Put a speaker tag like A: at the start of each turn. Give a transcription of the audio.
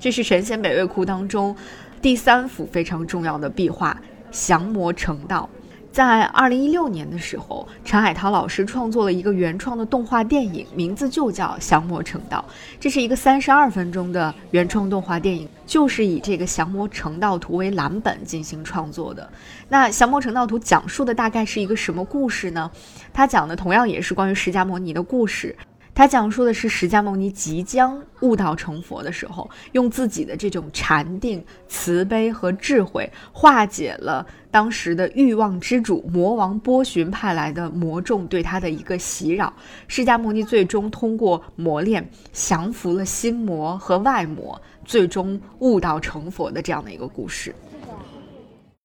A: 这是神仙北魏库当中第3幅非常重要的壁画降魔成道。在2016年的时候，陈海涛老师创作了一个原创的动画电影，名字就叫降魔成道。这是一个32分钟的原创动画电影，就是以这个降魔成道图为蓝本进行创作的。那降魔成道图讲述的大概是一个什么故事呢？它讲的同样也是关于释迦牟尼的故事。他讲述的是释迦牟尼即将悟道成佛的时候，用自己的这种禅定、慈悲和智慧，化解了当时的欲望之主魔王波旬派来的魔众对他的一个袭扰。释迦牟尼最终通过磨练，降服了心魔和外魔，最终悟道成佛的这样的一个故事。